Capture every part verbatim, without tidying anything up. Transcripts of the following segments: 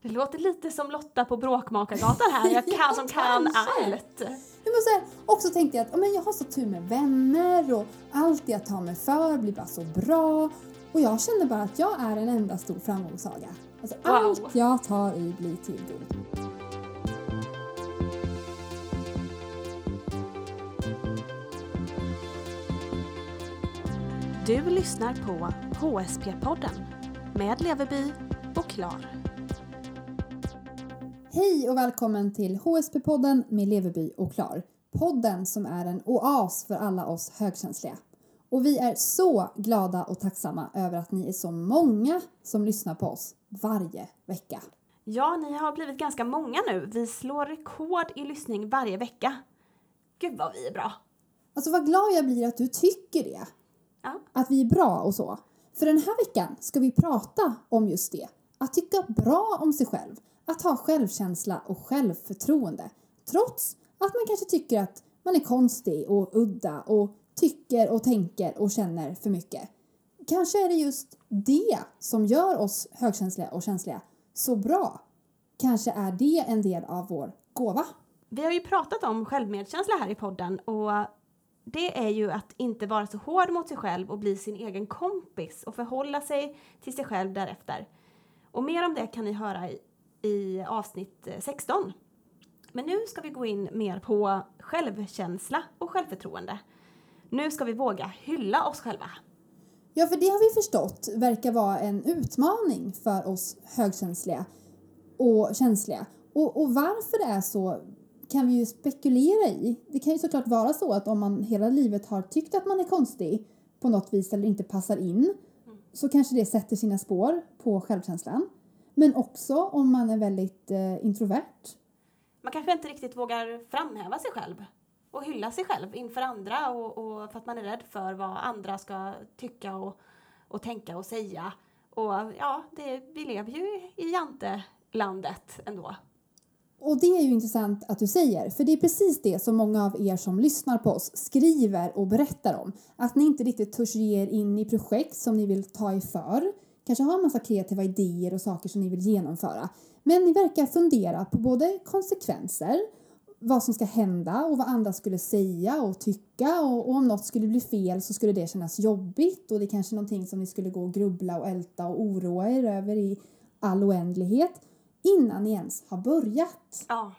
Det låter lite som Lotta på Bråkmakargatan här. Jag kan Ja, som kan kanske. allt. Jag måste säga, också tänkte jag att ja, men jag har så tur med vänner och allt jag tar mig för blir bara så bra. Och jag känner bara att jag är en enda stor framgångssaga. Alltså Wow. allt jag tar i blir till guld. Du lyssnar på H S P-podden med Leverby och Klar. Hej och välkommen till H S P-podden med Leverby och Klar. Podden som är en oas för alla oss högkänsliga. Och vi är så glada och tacksamma över att ni är så många som lyssnar på oss varje vecka. Ja, ni har blivit ganska många nu. Vi slår rekord i lyssning varje vecka. Gud vad vi är bra. Alltså vad glad jag blir att du tycker det. Ja. Att vi är bra och så. För den här veckan ska vi prata om just det. Att tycka bra om sig själv. Att ha självkänsla och självförtroende. Trots att man kanske tycker att man är konstig och udda och tycker och tänker och känner för mycket. Kanske är det just det som gör oss högkänsliga och känsliga så bra. Kanske är det en del av vår gåva. Vi har ju pratat om självmedkänsla här i podden och det är ju att inte vara så hård mot sig själv och bli sin egen kompis och förhålla sig till sig själv därefter. Och mer om det kan ni höra i, i avsnitt sexton. Men nu ska vi gå in mer på självkänsla och självförtroende. Nu ska vi våga hylla oss själva. Ja, för det har vi förstått verkar vara en utmaning för oss högkänsliga och känsliga. Och, och varför det är så kan vi ju spekulera i. Det kan ju såklart vara så att om man hela livet har tyckt att man är konstig på något vis eller inte passar in mm. så kanske det sätter sina spår på självkänslan. Men också om man är väldigt eh, introvert. Man kanske inte riktigt vågar framhäva sig själv och hylla sig själv inför andra och, och för att man är rädd för vad andra ska tycka och, och tänka och säga. Och ja, det, vi lever ju i jantelandet ändå. Och det är ju intressant att du säger, för det är precis det som många av er som lyssnar på oss skriver och berättar om. Att ni inte riktigt törs ge er in i projekt som ni vill ta er för. Kanske har en massa kreativa idéer och saker som ni vill genomföra. Men ni verkar fundera på både konsekvenser, vad som ska hända och vad andra skulle säga och tycka. Och, och om något skulle bli fel så skulle det kännas jobbigt. Och det är kanske någonting som ni skulle gå och grubbla och älta och oroa er över i all oändlighet. Innan ni ens har börjat. Ja.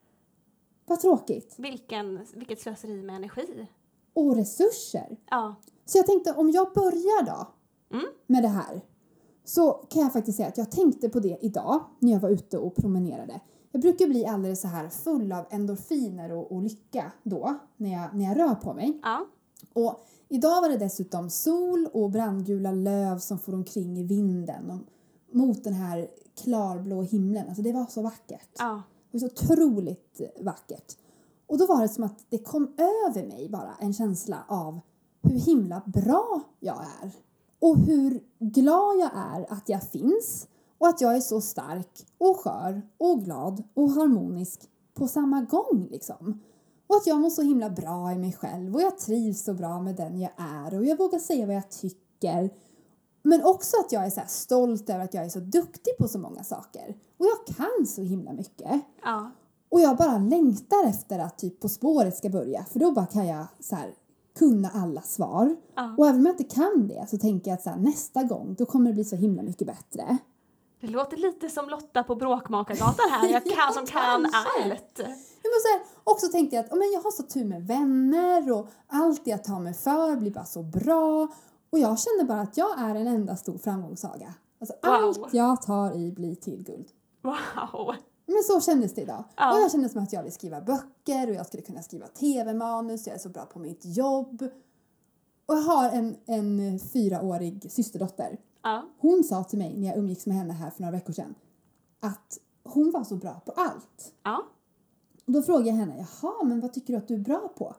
Vad tråkigt. Vilken, vilket slöseri med energi. Och resurser. Ja. Så jag tänkte om jag börjar då Mm. med det här. Så kan jag faktiskt säga att jag tänkte på det idag när jag var ute och promenerade. Jag brukar bli alldeles så här full av endorfiner och, och lycka då när jag, när jag rör på mig. Ja. Och idag var det dessutom sol och brandgula löv som får omkring i vinden och mot den här klarblå himlen. Alltså det var så vackert. Ja. Det var så otroligt vackert. Och då var det som att det kom över mig bara en känsla av hur himla bra jag är. Och hur glad jag är att jag finns. Och att jag är så stark och skör och glad och harmonisk på samma gång liksom. Och att jag mår så himla bra i mig själv. Och jag trivs så bra med den jag är. Och jag vågar säga vad jag tycker. Men också att jag är så här stolt över att jag är så duktig på så många saker. Och jag kan så himla mycket. Ja. Och jag bara längtar efter att typ På spåret ska börja. För då bara kan jag så här kunna alla svar. Ja. Och även om jag inte kan det så tänker jag att så här, nästa gång då kommer det bli så himla mycket bättre. Det låter lite som Lotta på Bråkmakargatan här. Jag kan Ja, som kan kanske. allt. Jag måste säga, också tänkte jag att men jag har så tur med vänner. Och allt jag tar mig för blir bara så bra. Och jag känner bara att jag är en enda stor framgångssaga. Alltså Wow. allt jag tar i blir till guld. Wow. Men så kändes det idag. Ja. Och jag kände som att jag vill skriva böcker. Och jag skulle kunna skriva tv-manus. Jag är så bra på mitt jobb. Och jag har en, en fyraårig systerdotter. Ja. Hon sa till mig när jag umgicks med henne här för några veckor sedan. Att hon var så bra på allt. Ja. Och då frågade jag henne. Jaha, men vad tycker du att du är bra på?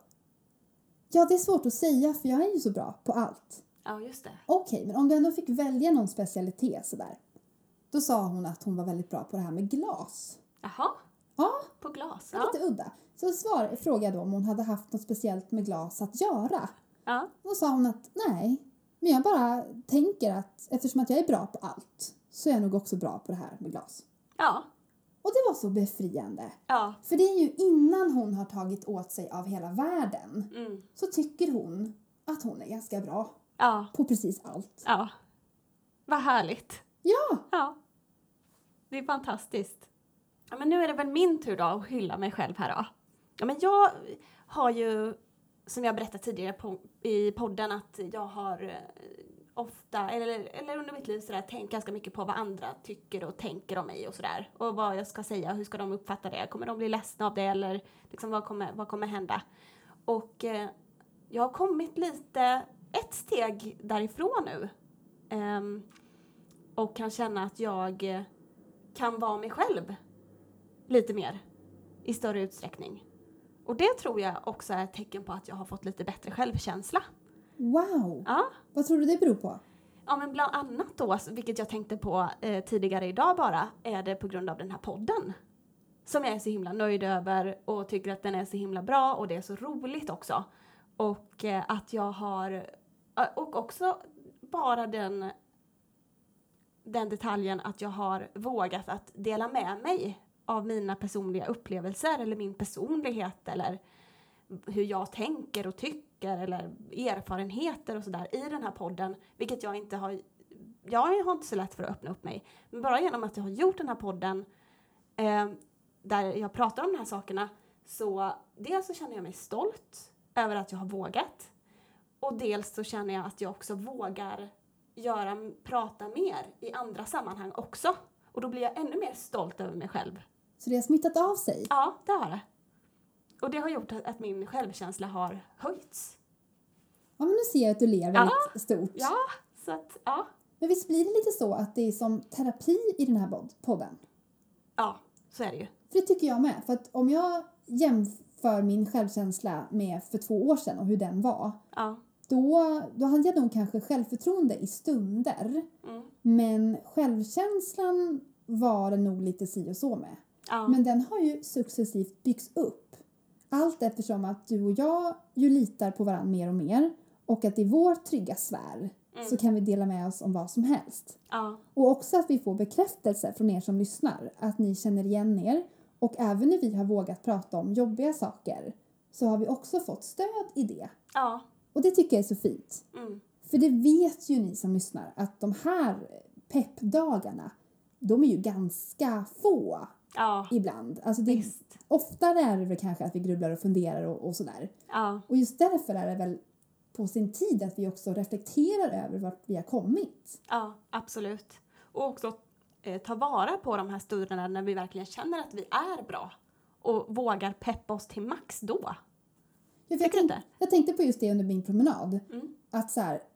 Ja, det är svårt att säga för jag är ju så bra på allt. Ja, just det. Okej, okay, men om du ändå fick välja någon specialitet sådär. Då sa hon att hon var väldigt bra på det här med glas. Jaha. Ja. På glas. Ja. Ja. Lite udda. Så svar, frågade jag då om hon hade haft något speciellt med glas att göra. Ja. Då sa hon att nej. Men jag bara tänker att eftersom att jag är bra på allt så är jag nog också bra på det här med glas. Ja. Och det var så befriande. Ja. För det är ju innan hon har tagit åt sig av hela världen. Mm. Så tycker hon att hon är ganska bra. Ja. På precis allt. Ja. Vad härligt. Ja. Ja. Det är fantastiskt. Ja, men nu är det väl min tur då att hylla mig själv här då. Ja, men jag har ju, som jag berättade tidigare på, i podden, att jag har eh, ofta, eller, eller under mitt liv sådär, tänkt ganska mycket på vad andra tycker och tänker om mig och sådär. Och vad jag ska säga, hur ska de uppfatta det? Kommer de bli ledsna av det, eller liksom, vad, kommer, vad kommer hända? Och eh, jag har kommit lite, ett steg därifrån nu. Um, och kan känna att jag kan vara mig själv lite mer i större utsträckning. Och det tror jag också är ett tecken på att jag har fått lite bättre självkänsla. Wow! Ja. Vad tror du det beror på? Ja, men bland annat då, vilket jag tänkte på eh, tidigare idag bara, är det på grund av den här podden. Som jag är så himla nöjd över och tycker att den är så himla bra och det är så roligt också. Och eh, att jag har, och också bara den, den detaljen att jag har vågat att dela med mig av mina personliga upplevelser eller min personlighet eller hur jag tänker och tycker eller erfarenheter och sådär i den här podden, vilket jag inte har, jag har inte så lätt för att öppna upp mig, men bara genom att jag har gjort den här podden eh, där jag pratar om de här sakerna, så dels så känner jag mig stolt över att jag har vågat, och dels så känner jag att jag också vågar göra, prata mer i andra sammanhang också, och då blir jag ännu mer stolt över mig själv. Så det har smittat av sig? Ja, det har det. Och det har gjort att min självkänsla har höjts. Ja, men nu ser jag att du ler väldigt ja. stort. Ja, så att, ja. Men visst blir det lite så att det är som terapi i den här podden? Ja, så är det ju. För det tycker jag med. För att om jag jämför min självkänsla med för två år sedan och hur den var. Ja. Då, då hade jag nog kanske självförtroende i stunder. Mm. Men självkänslan var det nog lite si och så med. Ja. Men den har ju successivt byggts upp. Allt eftersom att du och jag ju litar på varandra mer och mer. Och att i vår trygga sfär mm. så kan vi dela med oss om vad som helst. Ja. Och också att vi får bekräftelse från er som lyssnar. Att ni känner igen er. Och även när vi har vågat prata om jobbiga saker så har vi också fått stöd i det. Ja. Och det tycker jag är så fint. Mm. För det vet ju ni som lyssnar att de här peppdagarna, de är ju ganska få Ja. ibland. Alltså det, oftare är det väl kanske att vi grubblar och funderar och, och sådär. Ja. Och just därför är det väl på sin tid att vi också reflekterar över vart vi har kommit. Ja, absolut. Och också eh, ta vara på de här stunderna när vi verkligen känner att vi är bra. Och vågar peppa oss till max då. Ja, jag, Tycker tänk, inte? jag tänkte på just det under min promenad. Mm. Att så här,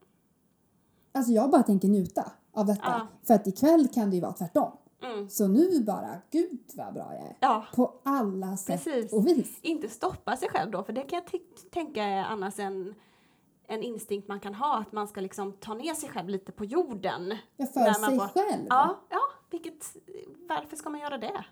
alltså jag bara tänker njuta av detta. Ja. För att ikväll kan det ju vara tvärtom. Mm. Så nu bara, gud vad bra jag är. Ja. På alla sätt Precis. och vis. Inte stoppa sig själv då, för det kan jag t- tänka är annars en, en instinkt man kan ha, att man ska liksom ta ner sig själv lite på jorden. Ja, för När man sig får- själv. Ja, ja, vilket, varför ska man göra det?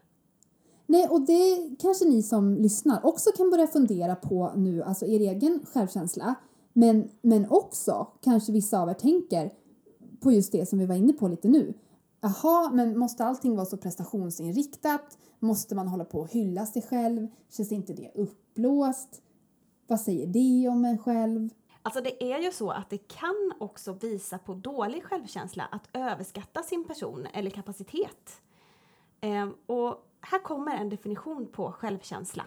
Nej, och det kanske ni som lyssnar också kan börja fundera på nu, alltså er egen självkänsla. Men, men också, kanske vissa av er tänker på just det som vi var inne på lite nu. Jaha, men måste allting vara så prestationsinriktat? Måste man hålla på och hylla sig själv? Känns inte det uppblåst? Vad säger det om en själv? Alltså det är ju så att det kan också visa på dålig självkänsla att överskatta sin person eller kapacitet. Ehm, och här kommer en definition på självkänsla.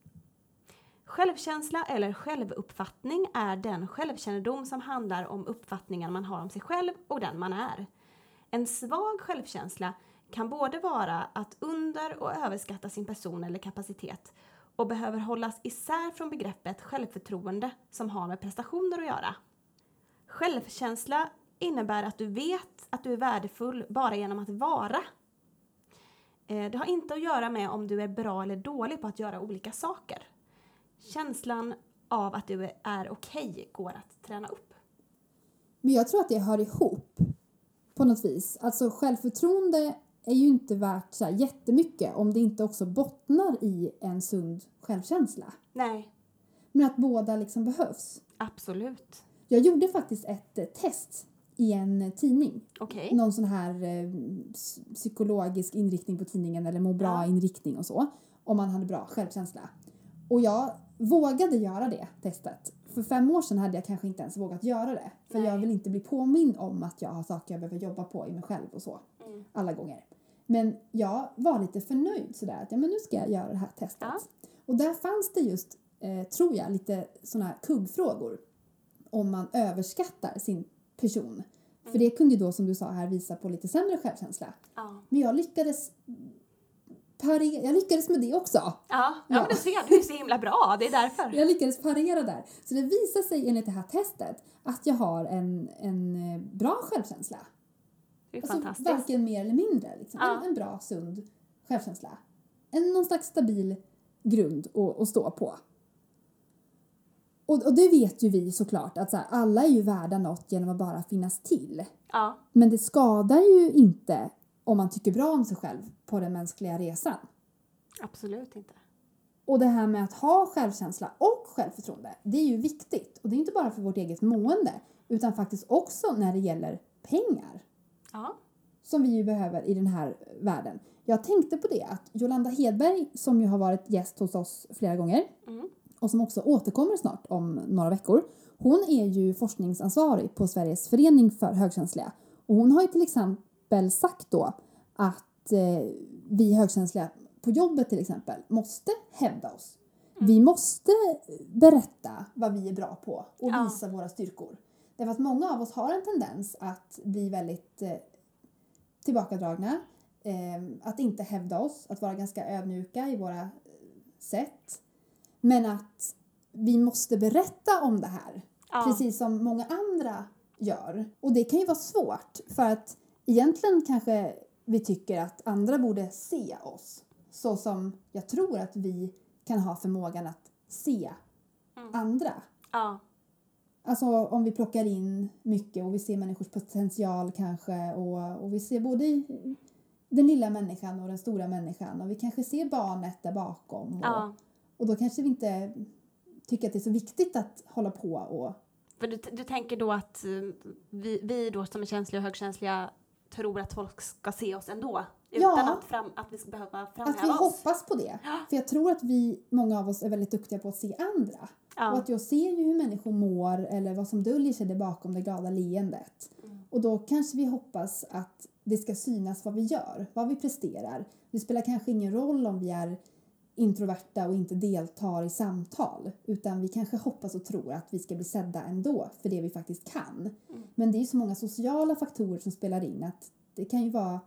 Självkänsla eller självuppfattning är den självkännedom som handlar om uppfattningen man har om sig själv och den man är. En svag självkänsla kan både vara att under- och överskatta sin person eller kapacitet och behöver hållas isär från begreppet självförtroende som har med prestationer att göra. Självkänsla innebär att du vet att du är värdefull bara genom att vara. Det har inte att göra med om du är bra eller dålig på att göra olika saker. Känslan av att du är okej går att träna upp. Men jag tror att det hör ihop på något vis. Alltså självförtroende är ju inte värt så här jättemycket om det inte också bottnar i en sund självkänsla. Nej. Men att båda liksom behövs. Absolut. Jag gjorde faktiskt ett test i en tidning. Okej. Någon sån här eh, psykologisk inriktning på tidningen eller må bra Ja. inriktning och så. Om man hade bra självkänsla. Och jag vågade göra det testet. För fem år sedan hade jag kanske inte ens vågat göra det. För Nej. jag vill inte bli påmind om att jag har saker jag behöver jobba på i mig själv och så. Mm. Alla gånger. Men jag var lite förnöjd sådär att ja, men nu ska jag göra det här testet. Ja. Och där fanns det just, eh, tror jag, lite såna här kuggfrågor. Om man överskattar sin person. Mm. För det kunde ju då, som du sa här, visa på lite sämre självkänsla. Ja. Men jag lyckades parera, jag lyckades med det också. Ja, ja, Ja. men du ser, du är så himla bra, det är därför. Jag lyckades parera där. Så det visar sig enligt det här testet att jag har en, en eh, bra självkänsla. Det är Alltså fantastiskt. varken mer eller mindre. Liksom. Ja. En, en bra, sund självkänsla. En någon slags stabil grund att, att stå på. Och, och det vet ju vi såklart att så här, alla är ju värda något genom att bara finnas till. Ja, Men det skadar ju inte om man tycker bra om sig själv på den mänskliga resan. absolut inte. Och det här med att ha självkänsla och självförtroende, det är ju viktigt. Och det är inte bara för vårt eget mående, utan faktiskt också när det gäller pengar. Ja, Som vi ju behöver i den här världen. Jag tänkte på det att Jolanda Hedberg, som ju har varit gäst hos oss flera gånger. Mm. Och som också återkommer snart om några veckor. Hon är ju forskningsansvarig på Sveriges förening för högkänsliga. Och hon har ju till exempel sagt då att eh, vi högkänsliga på jobbet till exempel måste hävda oss. Mm. Vi måste berätta vad vi är bra på och Ja. visa våra styrkor. Därför att många av oss har en tendens att bli väldigt eh, tillbakadragna. Eh, att inte hävda oss, att vara ganska ödmjuka i våra eh, sätt. Men att vi måste berätta om det här. Ja. Precis som många andra gör. Och det kan ju vara svårt. För att egentligen kanske vi tycker att andra borde se oss. Så som jag tror att vi kan ha förmågan att se Mm. andra. Ja, Alltså om vi plockar in mycket och vi ser människors potential kanske. Och, och vi ser både den lilla människan och den stora människan. Och vi kanske ser barnet där bakom. Och, ja. och då kanske vi inte tycker att det är så viktigt att hålla på och... För du, du tänker då att eh, vi, vi då som är känsliga och högkänsliga tror att folk ska se oss ändå? Utan Ja. att, fram, att vi ska behöva Att framhäva vi oss? hoppas på det. För jag tror att vi, många av oss, är väldigt duktiga på att se andra. Ja. Och att jag ser ju hur människor mår eller vad som döljer sig där bakom det glada leendet. Mm. Och då kanske vi hoppas att det ska synas vad vi gör, vad vi presterar. Det spelar kanske ingen roll om vi är introverta och inte deltar i samtal. Utan vi kanske hoppas och tror att vi ska bli sedda ändå för det vi faktiskt kan. Mm. Men det är ju så många sociala faktorer som spelar in att det kan ju vara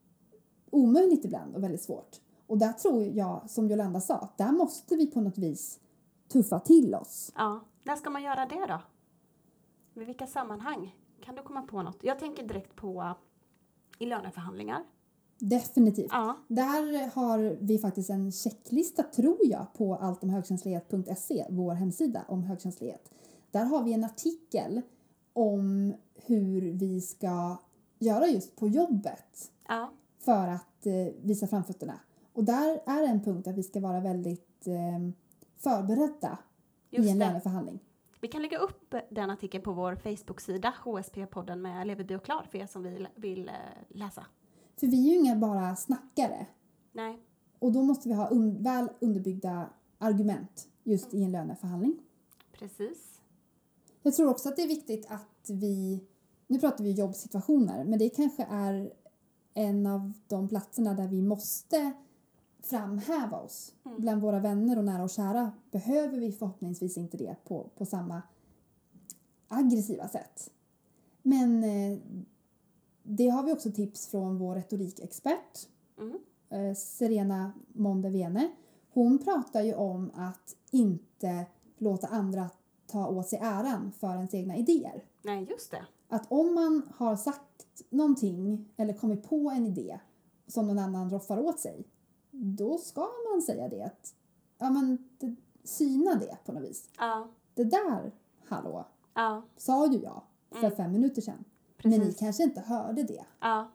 omöjligt ibland och väldigt svårt. Och där tror jag, som Jolanda sa, att där måste vi på något vis tuffa till oss. Ja. När ska man göra det då? I vilka sammanhang? Kan du komma på något? Jag tänker direkt på i löneförhandlingar. Definitivt. Ja. Där har vi faktiskt en checklista, tror jag, på alltomhögkänslighet punkt se, vår hemsida om högkänslighet. Där har vi en artikel om hur vi ska göra just på jobbet Ja. för att eh, visa framfötterna. Och där är en punkt att vi ska vara väldigt eh, förberedda Just i en det. löneförhandling. Vi kan lägga upp den artikeln på vår Facebook-sida, H S P-podden med Lever, Bi och Klar, för er som vill, vill eh, läsa. För vi är ju inga bara snackare. Nej. Och då måste vi ha un- väl underbyggda argument just i en löneförhandling. Precis. Jag tror också att det är viktigt att vi, nu pratar vi jobbsituationer, men det kanske är en av de platserna där vi måste framhäva oss. Mm. Bland våra vänner och nära och kära behöver vi förhoppningsvis inte det på, på samma aggressiva sätt. Men eh, det har vi också tips från vår retorikexpert, Mm. eh, Serena Mondevene. Hon pratar ju om att inte låta andra ta åt sig äran för ens egna idéer. Nej, just det. Att om man har sagt någonting eller kommit på en idé som någon annan roffar åt sig, då ska man säga det. Att, ja, men det, syna det på något vis. Ja. Det där, hallå, Ja. sa ju jag för Mm. fem minuter sedan. Precis. Men ni kanske inte hörde det. Ja.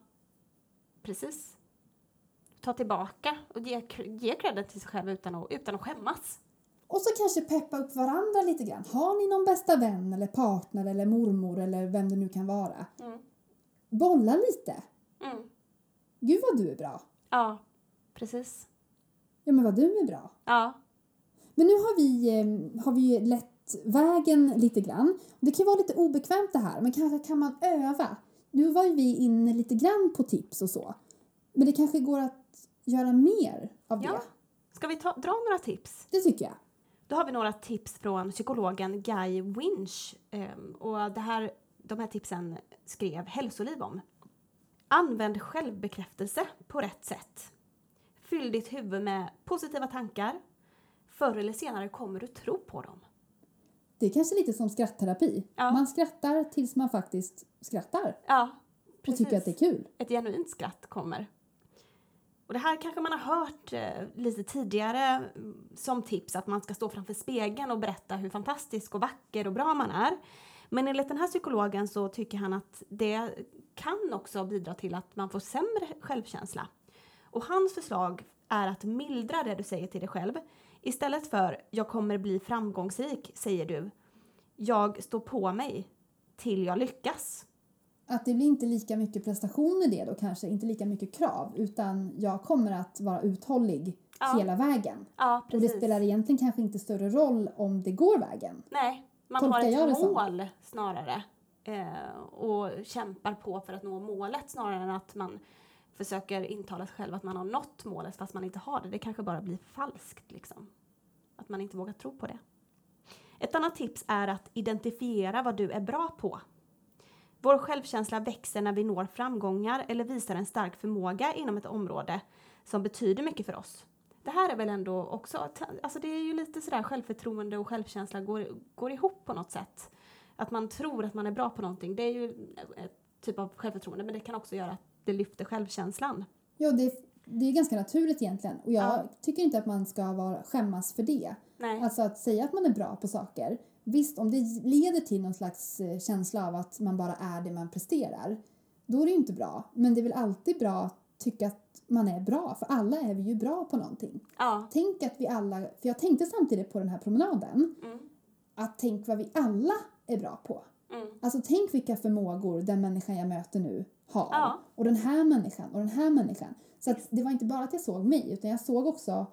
Precis. Ta tillbaka och ge, ge credit till sig själv utan att, utan att skämmas. Och så kanske peppa upp varandra lite grann. Har ni någon bästa vän eller partner eller mormor eller vem det nu kan vara? Mm. Bolla lite. Mm. Gud vad du är bra. Ja, precis. Ja men vad du är bra. Ja. Men nu har vi, har vi lett vägen lite grann. Det kan vara lite obekvämt det här, men kanske kan man öva. Nu var ju vi inne lite grann på tips och så. Men det kanske går att göra mer av det. Ja. Ska vi ta, dra några tips? Det tycker jag. Då har vi några tips från psykologen Guy Winch. Um, och det här, de här tipsen skrev Hälsoliv om. Använd självbekräftelse på rätt sätt. Fyll ditt huvud med positiva tankar. Förr eller senare kommer du tro på dem. Det är kanske lite som skrattterapi. Ja. Man skrattar tills man faktiskt skrattar. Ja, precis. Och tycker att det är kul. Ett genuint skratt kommer. Och det här kanske man har hört eh, lite tidigare som tips. Att man ska stå framför spegeln och berätta hur fantastisk och vacker och bra man är. Men enligt den här psykologen så tycker han att det kan också bidra till att man får sämre självkänsla. Och hans förslag är att mildra det du säger till dig själv. Istället för jag kommer bli framgångsrik säger du jag står på mig till jag lyckas. Att det blir inte lika mycket prestation i det då kanske, inte lika mycket krav. Utan jag kommer att vara uthållig Ja. hela vägen. Ja, Och precis. det spelar egentligen kanske inte större roll om det går vägen. Nej, man Tolkar har jag det ett som? mål snarare. Eh, och kämpar på för att nå målet snarare än att man försöker intala sig själv att man har nått målet fast man inte har det. Det kanske bara blir falskt liksom. Att man inte vågar tro på det. Ett annat tips är att identifiera vad du är bra på. Vår självkänsla växer när vi når framgångar eller visar en stark förmåga inom ett område som betyder mycket för oss. Det här är väl ändå också, alltså det är ju lite sådär självförtroende och självkänsla går, går ihop på något sätt. Att man tror att man är bra på någonting, det är ju ett typ av självförtroende, men det kan också göra att det lyfter självkänslan. Ja, det, det är ganska naturligt egentligen. Och jag Ja. tycker inte att man ska vara, skämmas för det. Nej. Alltså att säga att man är bra på saker. Visst, om det leder till någon slags eh, känsla av att man bara är det man presterar. Då är det ju inte bra. Men det är väl alltid bra att tycka att man är bra. För alla är vi ju bra på någonting. Ja. Tänk att vi alla, för jag tänkte samtidigt på den här promenaden. Mm. Att tänk vad vi alla är bra på. Mm. Alltså tänk vilka förmågor den människan jag möter nu har. Ja. Och den här människan och den här människan. Så att det var inte bara att jag såg mig, utan jag såg också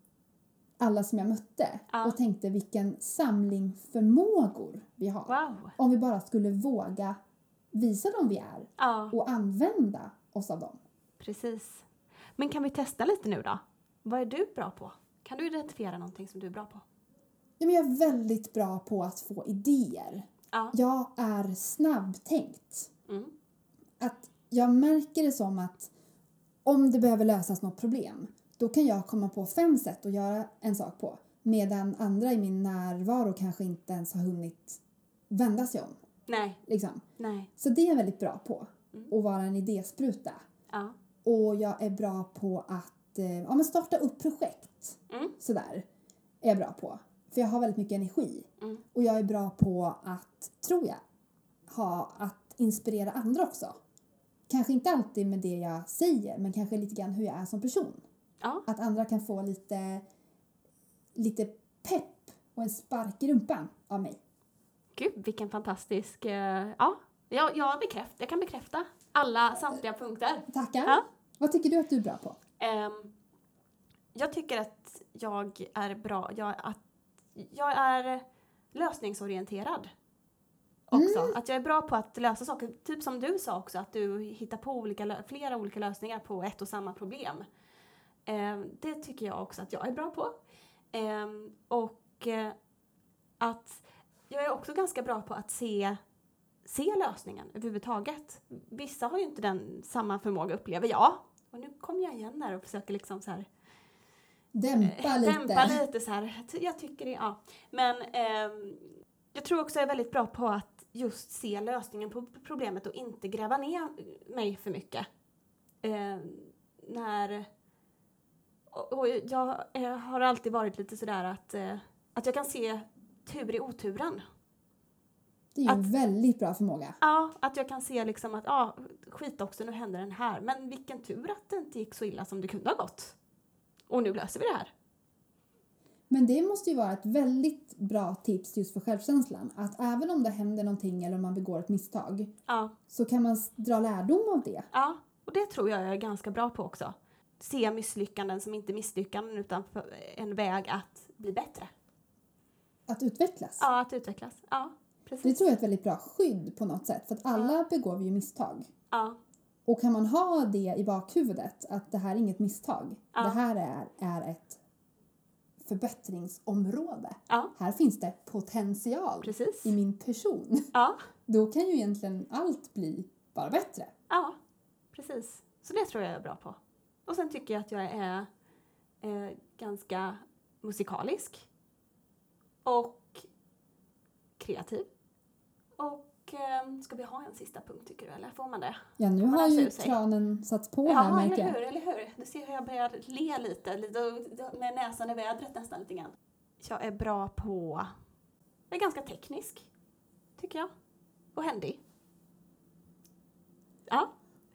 alla som jag mötte. Ja. Och tänkte vilken samling förmågor vi har. Wow. Om vi bara skulle våga visa dem vi är. Ja, Och använda oss av dem. precis. Men kan vi testa lite nu då? Vad är du bra på? Kan du identifiera någonting som du är bra på? Ja, men jag är väldigt bra på att få idéer. Ja. Jag är snabbtänkt. Mm. Att jag märker det som att om det behöver lösas något problem, då kan jag komma på fem sätt att göra en sak på. Medan andra i min närvaro kanske inte ens har hunnit vända sig om. Nej, Liksom. nej. Så det är jag väldigt bra på. Mm. Att vara en idéspruta. Ja. Och jag är bra på att eh, ja, men starta upp projekt. Mm. Sådär är jag bra på. För jag har väldigt mycket energi. Mm. Och jag är bra på att, tror jag, ha, att inspirera andra också. Kanske inte alltid med det jag säger, men kanske lite grann hur jag är som person. Ja. Att andra kan få lite, lite pepp och en spark i rumpan av mig. Gud, vilken fantastisk... eh, ja, jag, jag, bekräft, jag kan bekräfta alla samtliga punkter. Tackar. Ja. Vad tycker du att du är bra på? Ehm, jag tycker att jag är bra... Jag, att, jag är lösningsorienterad också. Mm. Att jag är bra på att lösa saker. Typ som du sa också, att du hittar på olika, lö- flera olika lösningar på ett och samma problem. Ehm, det tycker jag också att jag är bra på. Ehm, och eh, att jag är också ganska bra på att se, se lösningen överhuvudtaget. Vissa har ju inte den samma förmåga, upplever jag. Och nu kommer jag igen där och försöker liksom så här... Dämpa lite. Dämpa lite så här. Jag tycker det, ja. Men ehm, jag tror också jag är väldigt bra på att just se lösningen på problemet och inte gräva ner mig för mycket. Ehm, när... Och, och jag eh, har alltid varit lite sådär att, eh, att jag kan se tur i oturen. Det är ju en att- väldigt bra förmåga. Ja, att jag kan se liksom att, ja, skit också, nu händer den här. Men vilken tur att det inte gick så illa som det kunde ha gått. Och nu löser vi det här. Men det måste ju vara ett väldigt bra tips just för självkänslan. Att även om det händer någonting eller om man begår ett misstag. Ja. Så kan man dra lärdom av det. Ja, och det tror jag jag är ganska bra på också. Se misslyckanden som inte misslyckanden utan en väg att bli bättre. Att utvecklas. Ja, att utvecklas. Ja, precis. Det tror jag är ett väldigt bra skydd på något sätt. För att alla ja. begår vi ju misstag. Ja. Och kan man ha det i bakhuvudet. Att det här är inget misstag. Ja. Det här är, är ett förbättringsområde. Ja. Här finns det potential precis. i min person. Ja. Då kan ju egentligen allt bli bara bättre. Ja, precis. Så det tror jag är bra på. Och sen tycker jag att jag är eh, ganska musikalisk. Och kreativ. Och eh, ska vi ha en sista punkt tycker du? Eller får man det? Ja, nu har ju kranen satts på ja, här märker jag. Ja, eller hur, eller hur. Du ser hur jag börjar le lite. lite med näsan i vädret nästan lite grann. Jag är bra på... Jag är ganska teknisk. Tycker jag. Och händig. Ja.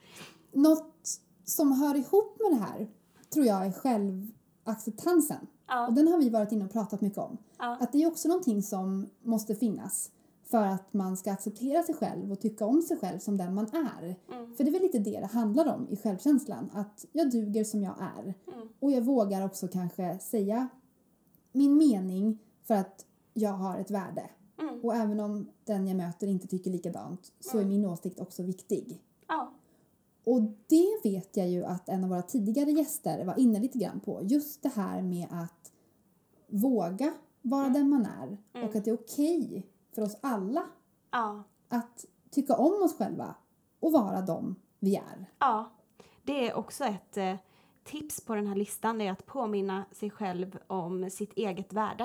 Något som hör ihop med det här tror jag är självacceptansen. Ja. Och den har vi varit inne och pratat mycket om. Ja. Att det är också någonting som måste finnas för att man ska acceptera sig själv och tycka om sig själv som den man är. Mm. För det är väl lite det det handlar om i självkänslan. Att jag duger som jag är. Mm. Och jag vågar också kanske säga min mening för att jag har ett värde. Mm. Och även om den jag möter inte tycker likadant så Mm. är min åsikt också viktig. Ja. Och det vet jag ju att en av våra tidigare gäster var inne lite grann på. Just det här med att våga vara Mm. den man är. Mm. Och att det är okej för oss alla Ja. att tycka om oss själva och vara de vi är. Ja. Det är också ett eh, tips på den här listan. Det är att påminna sig själv om sitt eget värde.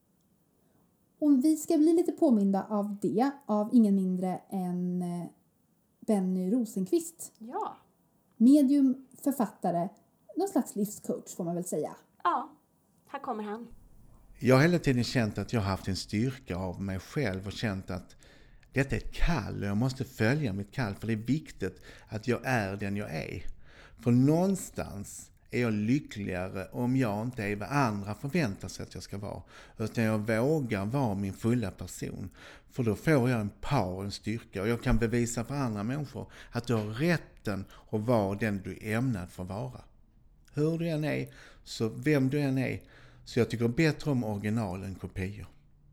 Och vi ska bli lite påminda av det av ingen mindre än eh, Benny Rosenqvist. Ja. Medium, författare, någon slags livscoach får man väl säga. Ja. Här kommer han. Jag har hela tiden känt att jag har haft en styrka av mig själv och känt att detta är ett kall och jag måste följa mitt kall för det är viktigt att jag är den jag är. För någonstans är jag lyckligare om jag inte är vad andra förväntar sig att jag ska vara. Utan jag vågar vara min fulla person. För då får jag en power, en styrka och jag kan bevisa för andra människor att du har rätten att vara den du är ämnad för att vara. Hur du än är, så vem du än är. Så jag tycker bättre om original än kopior.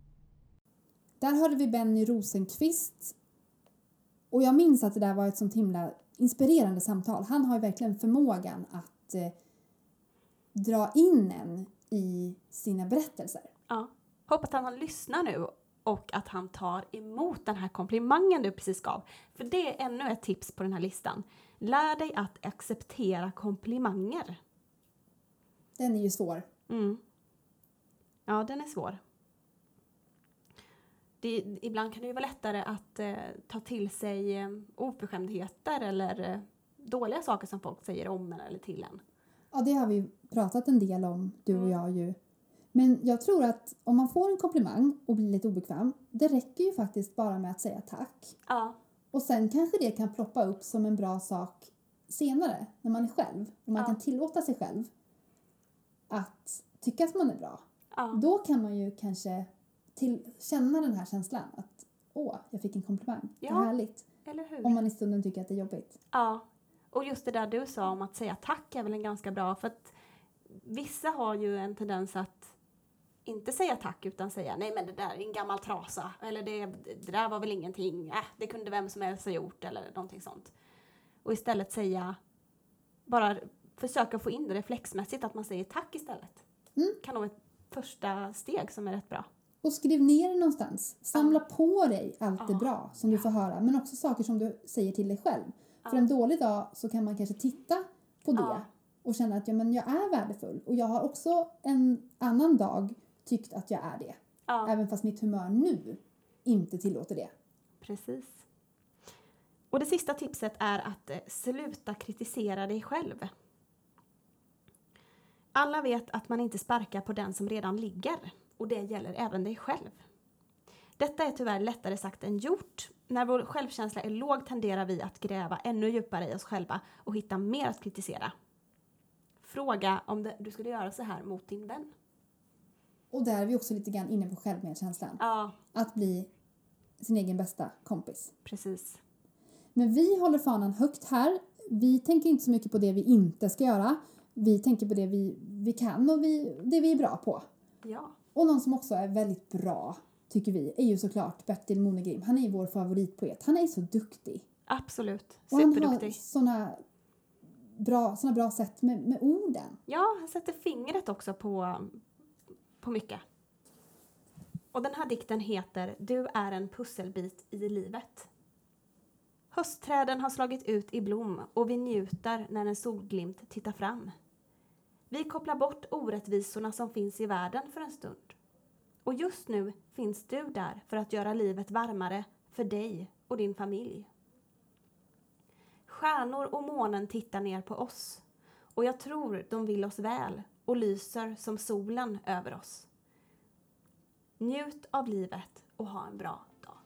Där hörde vi Benny Rosenqvist. Och jag minns att det där var ett sånt himla inspirerande samtal. Han har ju verkligen förmågan att eh, dra in en i sina berättelser. Ja. Hoppas att han lyssnar nu och att han tar emot den här komplimangen du precis gav. För det är ännu ett tips på den här listan. Lär dig att acceptera komplimanger. Den är ju svår. Mm. Ja, den är svår. Det, ibland kan det ju vara lättare att eh, ta till sig eh, oförskämdheter eller eh, dåliga saker som folk säger om en eller till en. Ja, det har vi pratat en del om, du och Mm. jag ju. Men jag tror att om man får en komplimang och blir lite obekväm, det räcker ju faktiskt bara med att säga tack. Ja, Och sen kanske det kan ploppa upp som en bra sak senare, när man är själv. Och man Ja. kan tillåta sig själv att tycka att man är bra. ja, Då kan man ju kanske till, känna den här känslan att åh, jag fick en komplimang. Ja. Vad härligt. eller hur? Om man i stunden tycker att det är jobbigt. Ja, och just det där du sa om att säga tack är väl en ganska bra. För att vissa har ju en tendens att inte säga tack utan säga nej men det där är en gammal trasa. Eller det, det där var väl ingenting. Äh, det kunde vem som helst ha gjort eller någonting sånt. Och istället säga, bara försöka få in det reflexmässigt att man säger tack istället. Mm. Kan nog ett första steg som är rätt bra. Och skriv ner det någonstans. Samla på dig allt det Ja. bra som du får höra. Men också saker som du säger till dig själv. Ja. För en dålig dag så kan man kanske titta på det. Ja. Och känna att ja, men jag är värdefull. Och jag har också en annan dag tyckt att jag är det. Ja, Även fast mitt humör nu inte tillåter det. precis. Och det sista tipset är att eh, sluta kritisera dig själv. Alla vet att man inte sparkar på den som redan ligger. Och det gäller även dig själv. Detta är tyvärr lättare sagt än gjort. När vår självkänsla är låg tenderar vi att gräva ännu djupare i oss själva och hitta mer att kritisera. Fråga om det, du skulle göra så här mot din vän. Och där är vi också lite grann inne på självmedkänslan. Ja. Att bli sin egen bästa kompis. Precis. Men vi håller fanan högt här. Vi tänker inte så mycket på det vi inte ska göra. Vi tänker på det vi, vi kan och vi, det vi är bra på. Ja. Och någon som också är väldigt bra, tycker vi, är ju såklart Bertil Monegrim. Han är ju vår favoritpoet. Han är så duktig. Absolut. Och han har Superduktig. såna bra, såna bra sätt med, med orden. Ja, han sätter fingret också på, på mycket. Och den här dikten heter Du är en pusselbit i livet. Höstträden har slagit ut i blom och vi njuter när en solglimt tittar fram. Vi kopplar bort orättvisorna som finns i världen för en stund. Och just nu finns du där för att göra livet varmare för dig och din familj. Stjärnor och månen tittar ner på oss och jag tror de vill oss väl och lyser som solen över oss. Njut av livet och ha en bra dag.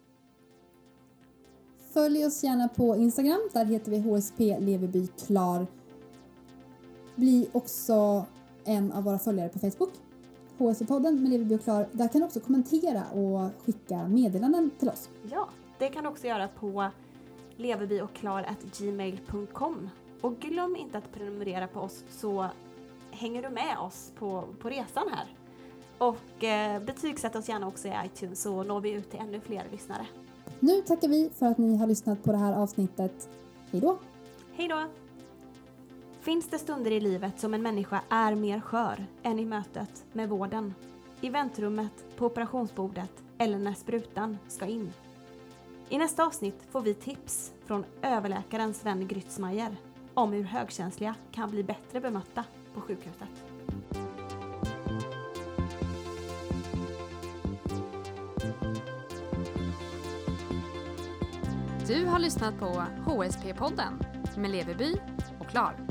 Följ oss gärna på Instagram, där heter vi H S P Leverby Klar. Bli också en av våra följare på Facebook, H S P-podden med Leverby och Klar. Där kan du också kommentera och skicka meddelanden till oss. Ja, det kan du också göra på leverbyochklar at gmail punkt com. Och glöm inte att prenumerera på oss så hänger du med oss på, på resan här. Och eh, betygsätt oss gärna också i iTunes så når vi ut till ännu fler lyssnare. Nu tackar vi för att ni har lyssnat på det här avsnittet. Hej då! Hej då! Finns det stunder i livet som en människa är mer skör än i mötet med vården? I väntrummet, på operationsbordet eller när sprutan ska in? I nästa avsnitt får vi tips från överläkaren Sven Grytzmeier om hur högkänsliga kan bli bättre bemötta på sjukhuset. Du har lyssnat på H S P-podden med Leverby och Klar.